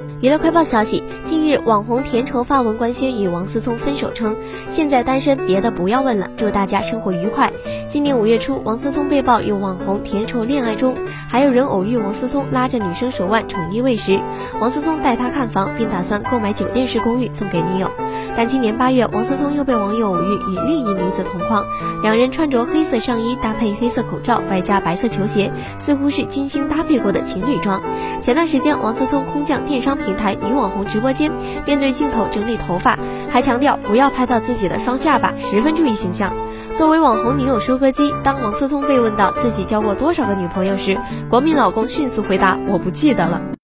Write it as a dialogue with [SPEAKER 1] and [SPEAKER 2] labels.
[SPEAKER 1] 娱乐快报消息，近日网红田畴发文官宣与王思聪分手，称现在单身，别的不要问了，祝大家生活愉快。今年5月初，王思聪被曝与网红田畴恋爱中，还有人偶遇王思聪拉着女生手腕宠溺喂食，王思聪带他看房，并打算购买酒店式公寓送给女友。但今年8月，王思聪又被网友偶遇与另一女子同框，两人穿着黑色上衣搭配黑色口罩，外加白色球鞋，似乎是精心搭配过的情侣装。前段时间，王思聪空降电商平台女网红直播间，面对镜头整理头发，还强调不要拍到自己的双下巴，十分注意形象。作为网红女友收割机，当王思聪被问到自己交过多少个女朋友时，国民老公迅速回答：“我不记得了。”